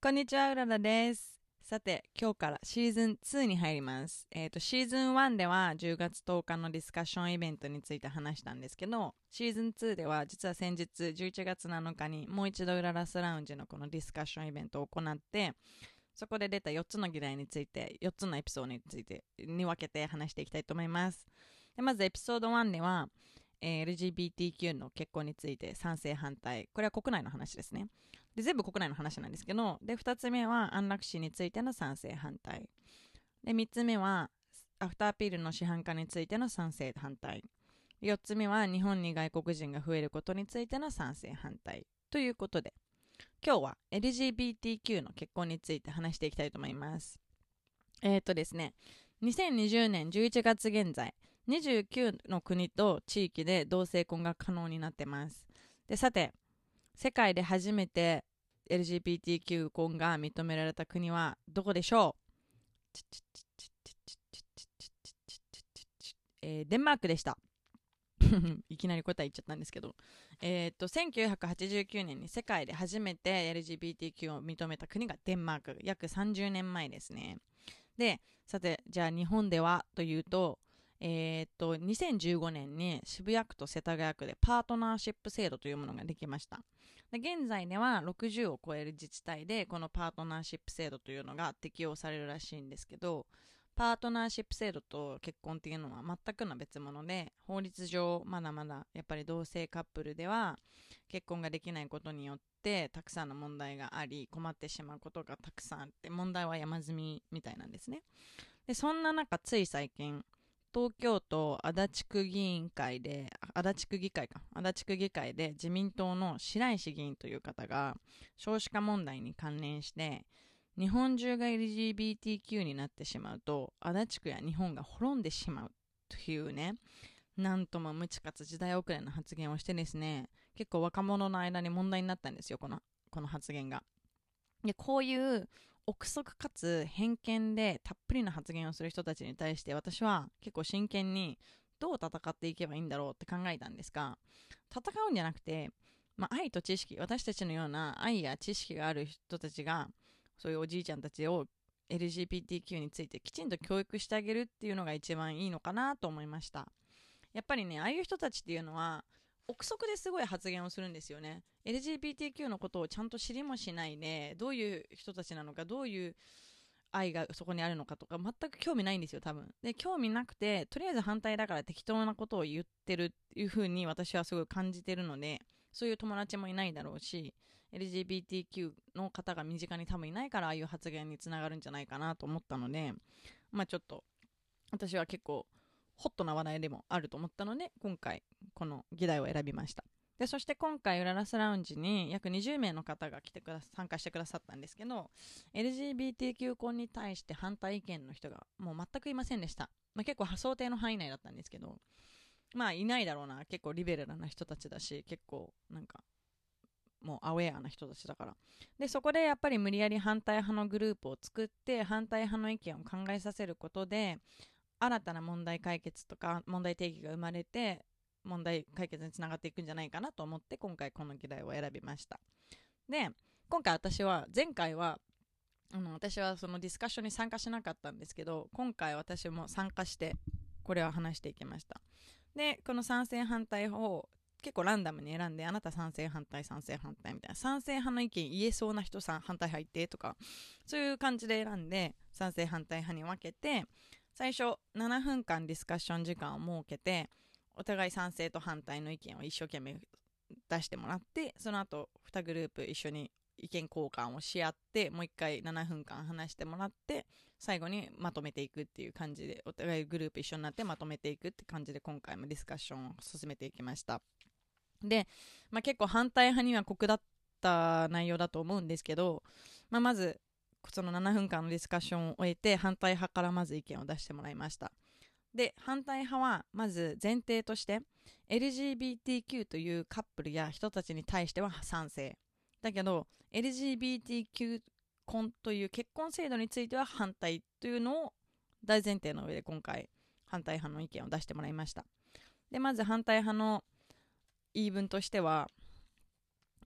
こんにちは、うららです。さて、今日からシーズン2に入ります。シーズン1では10月10日のディスカッションイベントについて話したんですけど、シーズン2では実は先日11月7日にもう一度うららスラウンジのこのディスカッションイベントを行って、そこで出た4つの議題について、4つのエピソードについてに分けて話していきたいと思います。でまずエピソード1では、LGBTQ の結婚について賛成反対、これは国内の話ですね。で全部国内の話なんですけど、で2つ目は安楽死についての賛成反対で、3つ目はアフターピルの市販化についての賛成反対、4つ目は日本に外国人が増えることについての賛成反対ということで、今日は LGBTQ の結婚について話していきたいと思います。ですね、2020年11月現在29の国と地域で同性婚が可能になってます。でさて、世界で初めて LGBTQ 婚が認められた国はどこでしょう？デンマークでした。いきなり答え言っちゃったんですけど、1989年に世界で初めて LGBTQ を認めた国がデンマーク、約30年前ですね。で、さて、じゃあ日本ではというと、2015年に渋谷区と世田谷区でパートナーシップ制度というものができました。で現在では60を超える自治体でこのパートナーシップ制度というのが適用されるらしいんですけど、パートナーシップ制度と結婚っていうのは全くの別物で、法律上まだまだやっぱり同性カップルでは結婚ができないことによってたくさんの問題があり、困ってしまうことがたくさんあって、問題は山積みみたいなんですね。でそんな中、つい最近東京都足立区議員会で足立区議会か足立区議会で自民党の白石議員という方が少子化問題に関連して、日本中が LGBTQ になってしまうと足立区や日本が滅んでしまうというね、なんとも無知かつ時代遅れの発言をしてですね、結構若者の間に問題になったんですよ、この発言が。でこういう憶測かつ偏見でたっぷりな発言をする人たちに対して、私は結構真剣にどう戦っていけばいいんだろうって考えたんですが、戦うんじゃなくて、愛と知識、私たちのような愛や知識がある人たちが、そういうおじいちゃんたちを LGBTQ についてきちんと教育してあげるっていうのが一番いいのかなと思いました。やっぱりね、ああいう人たちっていうのは憶測ですごい発言をするんですよね。 LGBTQ のことをちゃんと知りもしないで、どういう人たちなのか、どういう愛がそこにあるのかとか全く興味ないんですよ、多分。で興味なくて、とりあえず反対だから適当なことを言ってるっていう風に私はすごい感じてるので、そういう友達もいないだろうし、 LGBTQ の方が身近に多分いないから、ああいう発言につながるんじゃないかなと思ったので、ちょっと私は結構ホットな話題でもあると思ったので、今回この議題を選びました。でそして今回ウララスラウンジに約20名の方が参加してくださったんですけど、 LGBTQ 婚に対して反対意見の人がもう全くいませんでした。結構想定の範囲内だったんですけど、いないだろうな、結構リベラルな人たちだし、結構なんかもうアウェアな人たちだから。でそこでやっぱり無理やり反対派のグループを作って、反対派の意見を考えさせることで新たな問題解決とか問題定義が生まれて、問題解決につながっていくんじゃないかなと思って、今回この議題を選びました。で今回前回は私はそのディスカッションに参加しなかったんですけど、今回私も参加してこれは話していきました。でこの賛成反対を結構ランダムに選んで、あなた賛成反対賛成反対みたいな、賛成派の意見言えそうな人反対派いてとか、そういう感じで選んで賛成反対派に分けて、最初7分間ディスカッション時間を設けて、お互い賛成と反対の意見を一生懸命出してもらって、その後2グループ一緒に意見交換をし合って、もう一回7分間話してもらって、最後にまとめていくっていう感じで、お互いグループ一緒になってまとめていくって感じで、今回もディスカッションを進めていきました。で、結構反対派には酷だった内容だと思うんですけど、まずその7分間のディスカッションを終えて、反対派からまず意見を出してもらいました。で反対派はまず前提として LGBTQ というカップルや人たちに対しては賛成だけど、 LGBTQ 婚という結婚制度については反対というのを大前提の上で、今回反対派の意見を出してもらいました。でまず反対派の言い分としては、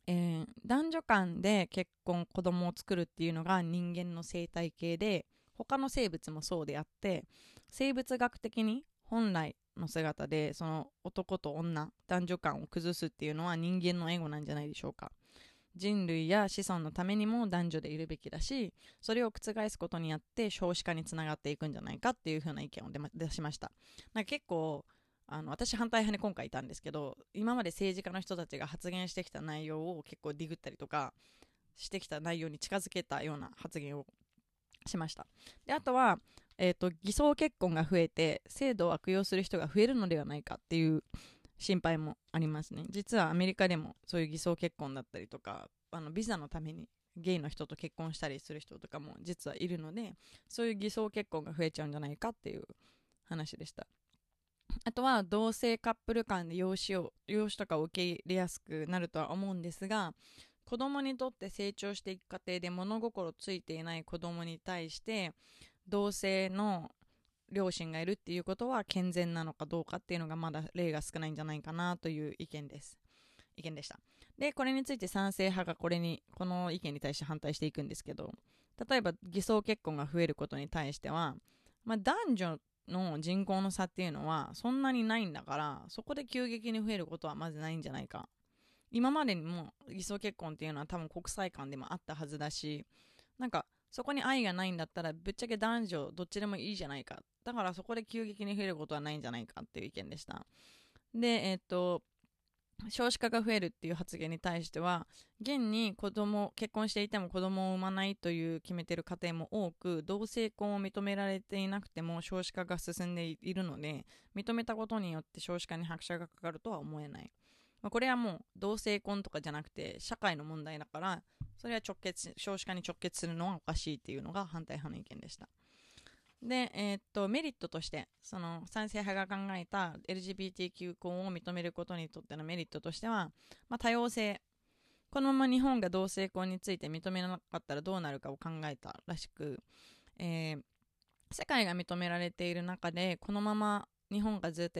男女間で結婚子供を作るっていうのが人間の生態系で、他の生物もそうであって、生物学的に本来の姿でその男と女男女間を崩すっていうのは人間のエゴなんじゃないでしょうか。人類や子孫のためにも男女でいるべきだし、それを覆すことによって少子化につながっていくんじゃないかっていう風な意見を出しました。なんか結構私反対派に今回いたんですけど、今まで政治家の人たちが発言してきた内容を結構ディグったりとかしてきた内容に近づけたような発言をしました。で、あとは、偽装結婚が増えて制度を悪用する人が増えるのではないかっていう心配もありますね。実はアメリカでもそういう偽装結婚だったりとか、ビザのためにゲイの人と結婚したりする人とかも実はいるので、そういう偽装結婚が増えちゃうんじゃないかっていう話でした。あとは同性カップル間で養子とかを受け入れやすくなるとは思うんですが、子供にとって成長していく過程で物心ついていない子供に対して同性の両親がいるっていうことは健全なのかどうかっていうのがまだ例が少ないんじゃないかなという意見でした。で、これについて賛成派がこの意見に対して反対していくんですけど、例えば偽装結婚が増えることに対しては、男女の人口の差っていうのはそんなにないんだから、そこで急激に増えることはまずないんじゃないか。今までにも偽装結婚っていうのは多分国際間でもあったはずだし、なんかそこに愛がないんだったらぶっちゃけ男女どっちでもいいじゃないか、だからそこで急激に増えることはないんじゃないかっていう意見でした。で、少子化が増えるっていう発言に対しては、現に結婚していても子供を産まないという決めている家庭も多く、同性婚を認められていなくても少子化が進んでいるので、認めたことによって少子化に拍車がかかるとは思えない。これはもう同性婚とかじゃなくて社会の問題だから、それは少子化に直結するのはおかしいっていうのが反対派の意見でした。で、メリットとして、その賛成派が考えた LGBTQ 婚を認めることにとってのメリットとしては、多様性。このまま日本が同性婚について認めなかったらどうなるかを考えたらしく、世界が認められている中で、このまま日本がずっと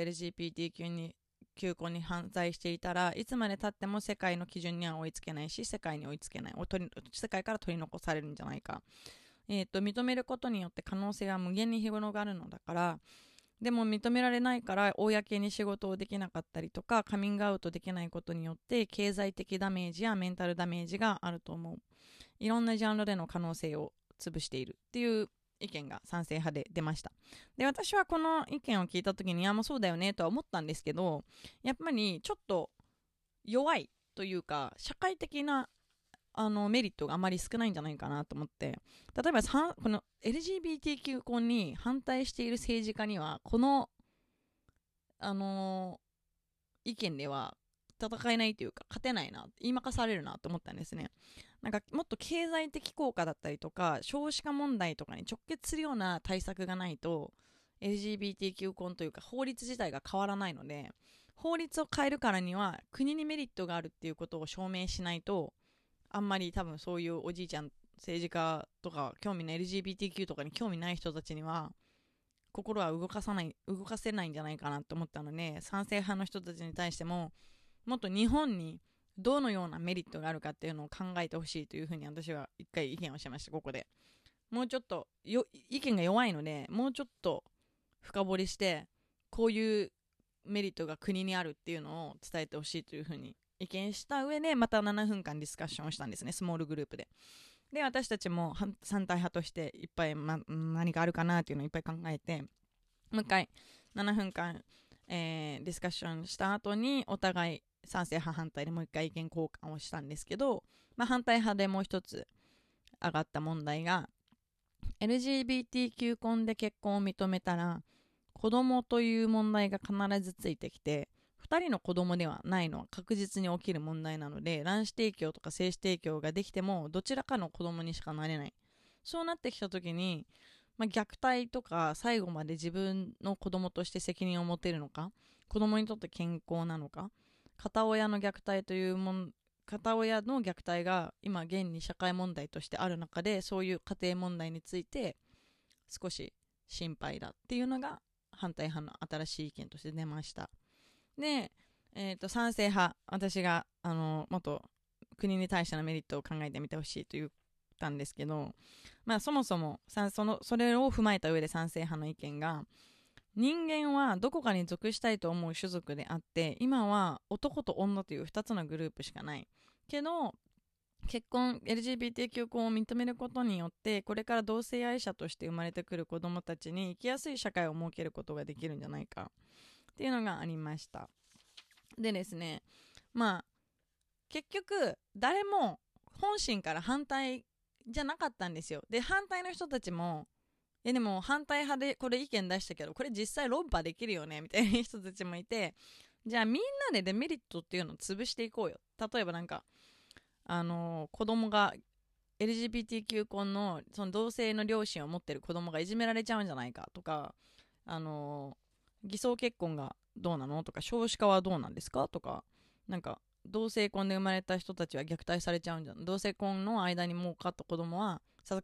LGBTQ 婚に反対していたらいつまでたっても世界の基準には追いつけないし、世界に追いつけない、世界から取り残されるんじゃないか。認めることによって可能性は無限に広がるのだから、でも認められないから公に仕事をできなかったりとかカミングアウトできないことによって経済的ダメージやメンタルダメージがあると思う。いろんなジャンルでの可能性を潰しているっていう意見が賛成派で出ました。で、私はこの意見を聞いた時にもうそうだよねとは思ったんですけど、やっぱりちょっと弱いというか社会的なメリットがあまり少ないんじゃないかなと思って、例えばこの LGBTQ 婚に反対している政治家にはこの、意見では戦えないというか勝てないな、言いまかされるなと思ったんですね。なんかもっと経済的効果だったりとか少子化問題とかに直結するような対策がないと LGBTQ 婚というか法律自体が変わらないので、法律を変えるからには国にメリットがあるっていうことを証明しないと、あんまり多分そういうおじいちゃん政治家とか興味ない LGBTQ とかに興味ない人たちには心は動かせないんじゃないかなと思ったので、賛成派の人たちに対してももっと日本にどのようなメリットがあるかっていうのを考えてほしいというふうに私は一回意見をしました。ここでもうちょっと意見が弱いので、もうちょっと深掘りしてこういうメリットが国にあるっていうのを伝えてほしいというふうに意見した上で、また7分間ディスカッションをしたんですね、スモールグループで。で、私たちも反対派としていっぱい、何があるかなっていうのをいっぱい考えて、もう一回7分間、ディスカッションした後にお互い賛成派反対でもう一回意見交換をしたんですけど、反対派でもう一つ上がった問題が、 LGBTQ 婚で結婚を認めたら子供という問題が必ずついてきて、2人の子供ではないのは確実に起きる問題なので、卵子提供とか精子提供ができてもどちらかの子供にしかなれない。そうなってきた時に、虐待とか最後まで自分の子供として責任を持てるのか、子供にとって健康なのか、片親の虐待が今現に社会問題としてある中で、そういう家庭問題について少し心配だっていうのが反対派の新しい意見として出ました。で、賛成派、私が元国に対してのメリットを考えてみてほしいと言ったんですけど、そもそもそれを踏まえた上で賛成派の意見が、人間はどこかに属したいと思う種族であって、今は男と女という2つのグループしかないけど、結婚 LGBTQ 婚を認めることによって、これから同性愛者として生まれてくる子どもたちに生きやすい社会を設けることができるんじゃないかっていうのがありました。でですね、結局誰も本心から反対じゃなかったんですよ。で、反対の人たちもでも反対派でこれ意見出したけど、これ実際論破できるよねみたいな人たちもいて、じゃあみんなでデメリットっていうのを潰していこうよ。例えば子供が LGBTQ 婚のその同性の両親を持ってる子供がいじめられちゃうんじゃないかとか、偽装結婚がどうなのとか、少子化はどうなんですかとか、同性婚で生まれた人たちは虐待されちゃうんじゃない、同性婚の間に授かった子供は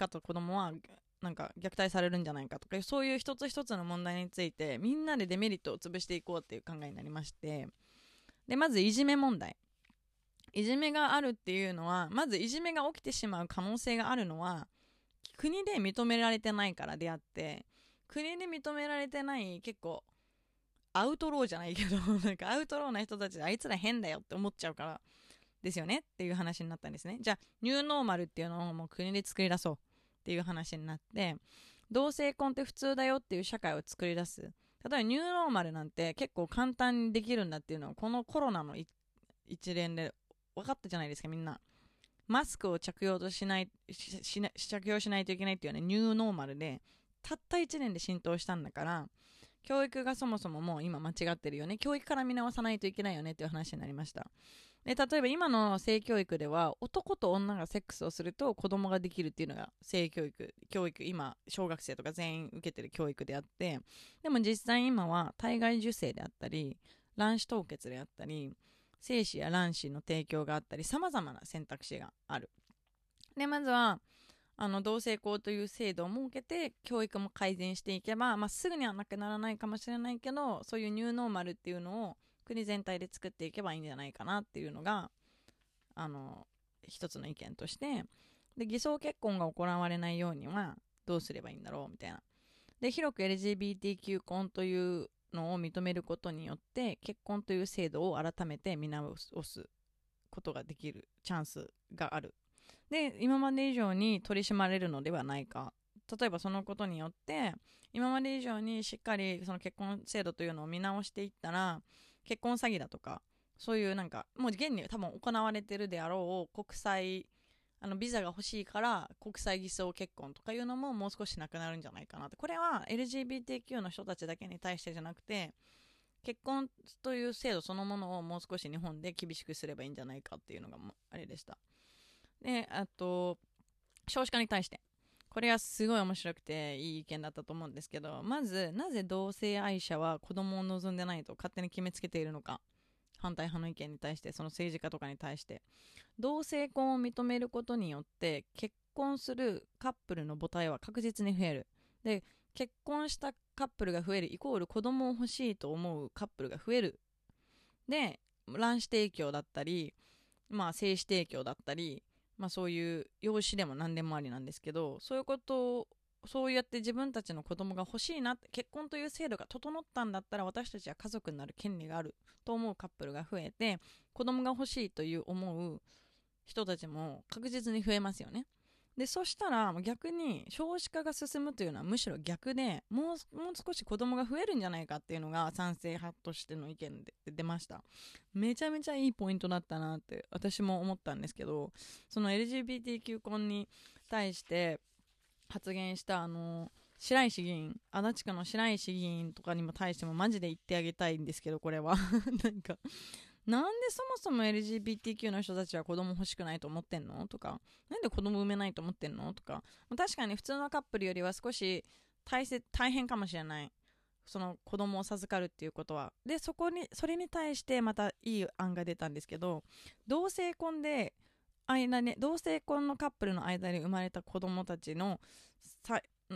虐待されるんじゃないかとか、そういう一つ一つの問題についてみんなでデメリットを潰していこうっていう考えになりまして、でまずいじめ問題。いじめがあるっていうのは、まずいじめが起きてしまう可能性があるのは国で認められてないからであって、国で認められてない結構アウトローじゃないけどアウトローな人たちであいつら変だよって思っちゃうからですよねっていう話になったんですね。じゃあニューノーマルっていうのをもう国で作り出そうっていう話になって、同性婚って普通だよっていう社会を作り出す。例えばニューノーマルなんて結構簡単にできるんだっていうのをこのコロナの一連で分かったじゃないですか。みんなマスクを着用しないといけないっていうね、ニューノーマルでたった1年で浸透したんだから、教育がそもそももう今間違ってるよね、教育から見直さないといけないよねっていう話になりました。で例えば今の性教育では男と女がセックスをすると子供ができるっていうのが性教育今小学生とか全員受けてる教育であって、でも実際今は体外受精であったり卵子凍結であったり精子や卵子の提供があったり、様々な選択肢がある。でまずは同性婚という制度を設けて教育も改善していけば、すぐにはなくならないかもしれないけど、そういうニューノーマルっていうのを国全体で作っていけばいいんじゃないかなっていうのが一つの意見として、で偽装結婚が行われないようにはどうすればいいんだろうみたいな。で広く LGBTQ 婚というのを認めることによって結婚という制度を改めて見直すことができるチャンスがある。で今まで以上に取り締まれるのではないか。例えばそのことによって今まで以上にしっかりその結婚制度というのを見直していったら、結婚詐欺だとかそういうもう現に多分行われてるであろう国際ビザが欲しいから国際偽装結婚とかいうのももう少しなくなるんじゃないかなって。これは LGBTQ の人たちだけに対してじゃなくて、結婚という制度そのものをもう少し日本で厳しくすればいいんじゃないかっていうのがあれでした。であと少子化に対して、これはすごい面白くていい意見だったと思うんですけど、まずなぜ同性愛者は子供を望んでないと勝手に決めつけているのか。反対派の意見に対して、その政治家とかに対して、同性婚を認めることによって結婚するカップルの母体は確実に増える。で結婚したカップルが増えるイコール子供を欲しいと思うカップルが増える。で卵子提供だったり、精子提供だったり、そういう養子でも何でもありなんですけど、そうやって自分たちの子供が欲しいなって、結婚という制度が整ったんだったら私たちは家族になる権利があると思うカップルが増えて、子供が欲しいという思う人たちも確実に増えますよね。でそしたら逆に少子化が進むというのはむしろ逆で、もう少し子供が増えるんじゃないかっていうのが賛成派としての意見で出ました。めちゃめちゃいいポイントだったなって私も思ったんですけど、その LGBTQ 婚に対して発言した白石議員、足立区の白石議員とかにも対してもマジで言ってあげたいんですけど、これはなんでそもそも LGBTQ の人たちは子供欲しくないと思ってんのとか、なんで子供産めないと思ってんのとか、確かに普通のカップルよりは少し大変かもしれない、その子供を授かるっていうことは。でそれに対してまたいい案が出たんですけど、同性婚同性婚のカップルの間で生まれた子供たちの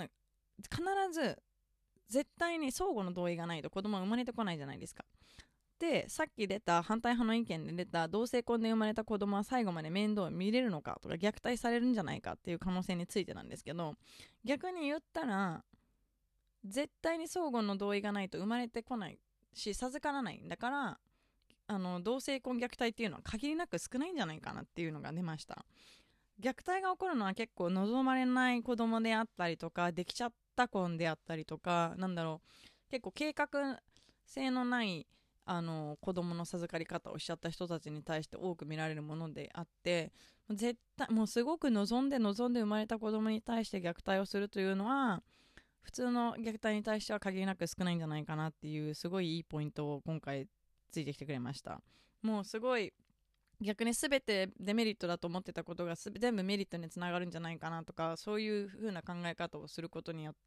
必ず絶対に相互の同意がないと子供は生まれてこないじゃないですか。 ってさっき出た反対派の意見で出た同性婚で生まれた子供は最後まで面倒を見れるのかとか虐待されるんじゃないかっていう可能性についてなんですけど、逆に言ったら絶対に相互の同意がないと生まれてこないし授からないんだから、同性婚虐待っていうのは限りなく少ないんじゃないかなっていうのが出ました。虐待が起こるのは結構望まれない子供であったりとか、できちゃった婚であったりとか、結構計画性のない子供の授かり方をしちゃった人たちに対して多く見られるものであって、絶対もうすごく望んで生まれた子供に対して虐待をするというのは普通の虐待に対しては限りなく少ないんじゃないかなっていう、すごいいいポイントを今回ついてきてくれました。もうすごい逆に全てデメリットだと思ってたことが全部メリットにつながるんじゃないかなとか、そういう風な考え方をすることによって、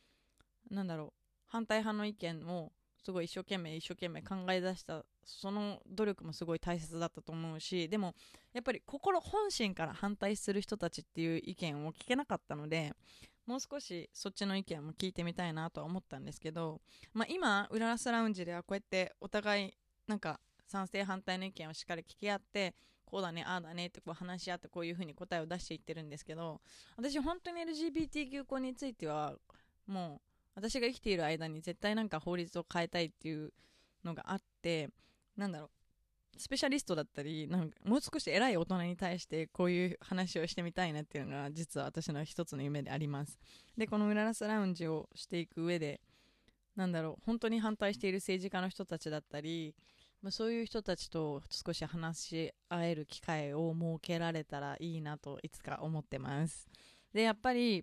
反対派の意見をすごい一生懸命考え出した、その努力もすごい大切だったと思うし、でもやっぱり本心から反対する人たちっていう意見を聞けなかったので、もう少しそっちの意見も聞いてみたいなとは思ったんですけど、今ウララスラウンジではこうやってお互い賛成反対の意見をしっかり聞き合って、こうだねああだねってこう話し合って、こういう風に答えを出していってるんですけど、私本当に LGBTQ 婚についてはもう私が生きている間に絶対法律を変えたいっていうのがあって、スペシャリストだったりもう少し偉い大人に対してこういう話をしてみたいなっていうのが実は私の一つの夢であります。でこのウララスラウンジをしていく上で本当に反対している政治家の人たちだったり、そういう人たちと少し話し合える機会を設けられたらいいなといつか思ってます。でやっぱり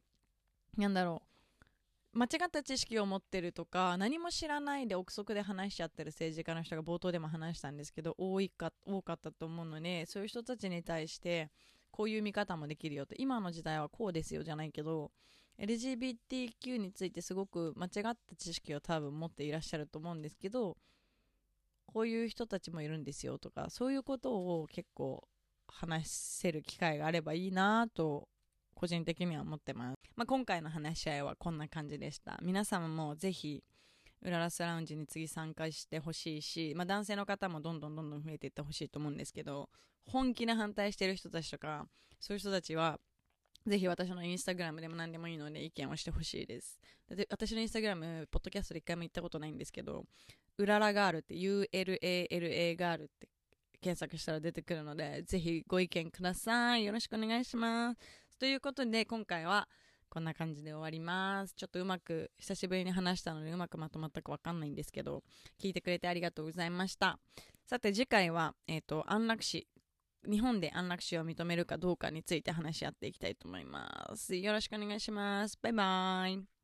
間違った知識を持ってるとか、何も知らないで憶測で話しちゃってる政治家の人が冒頭でも話したんですけど多かったと思うので、そういう人たちに対してこういう見方もできるよと、今の時代はこうですよじゃないけど LGBTQ についてすごく間違った知識を多分持っていらっしゃると思うんですけど、こういう人たちもいるんですよとか、そういうことを結構話せる機会があればいいなと個人的には思ってます。今回の話し合いはこんな感じでした。皆様もぜひウララスラウンジに次参加してほしいし、男性の方もどんどん増えていってほしいと思うんですけど、本気で反対している人たちとかそういう人たちはぜひ私のインスタグラムでも何でもいいので意見をしてほしいです。で私のインスタグラムポッドキャストで一回も言ったことないんですけど、ウララガールって ULALA ガールって検索したら出てくるので、ぜひご意見ください。よろしくお願いします。ということで今回はこんな感じで終わります。ちょっと久しぶりに話したのでうまくまとまったかわかんないんですけど、聞いてくれてありがとうございました。さて次回は、安楽死、日本で安楽死を認めるかどうかについて話し合っていきたいと思います。よろしくお願いします。バイバーイ。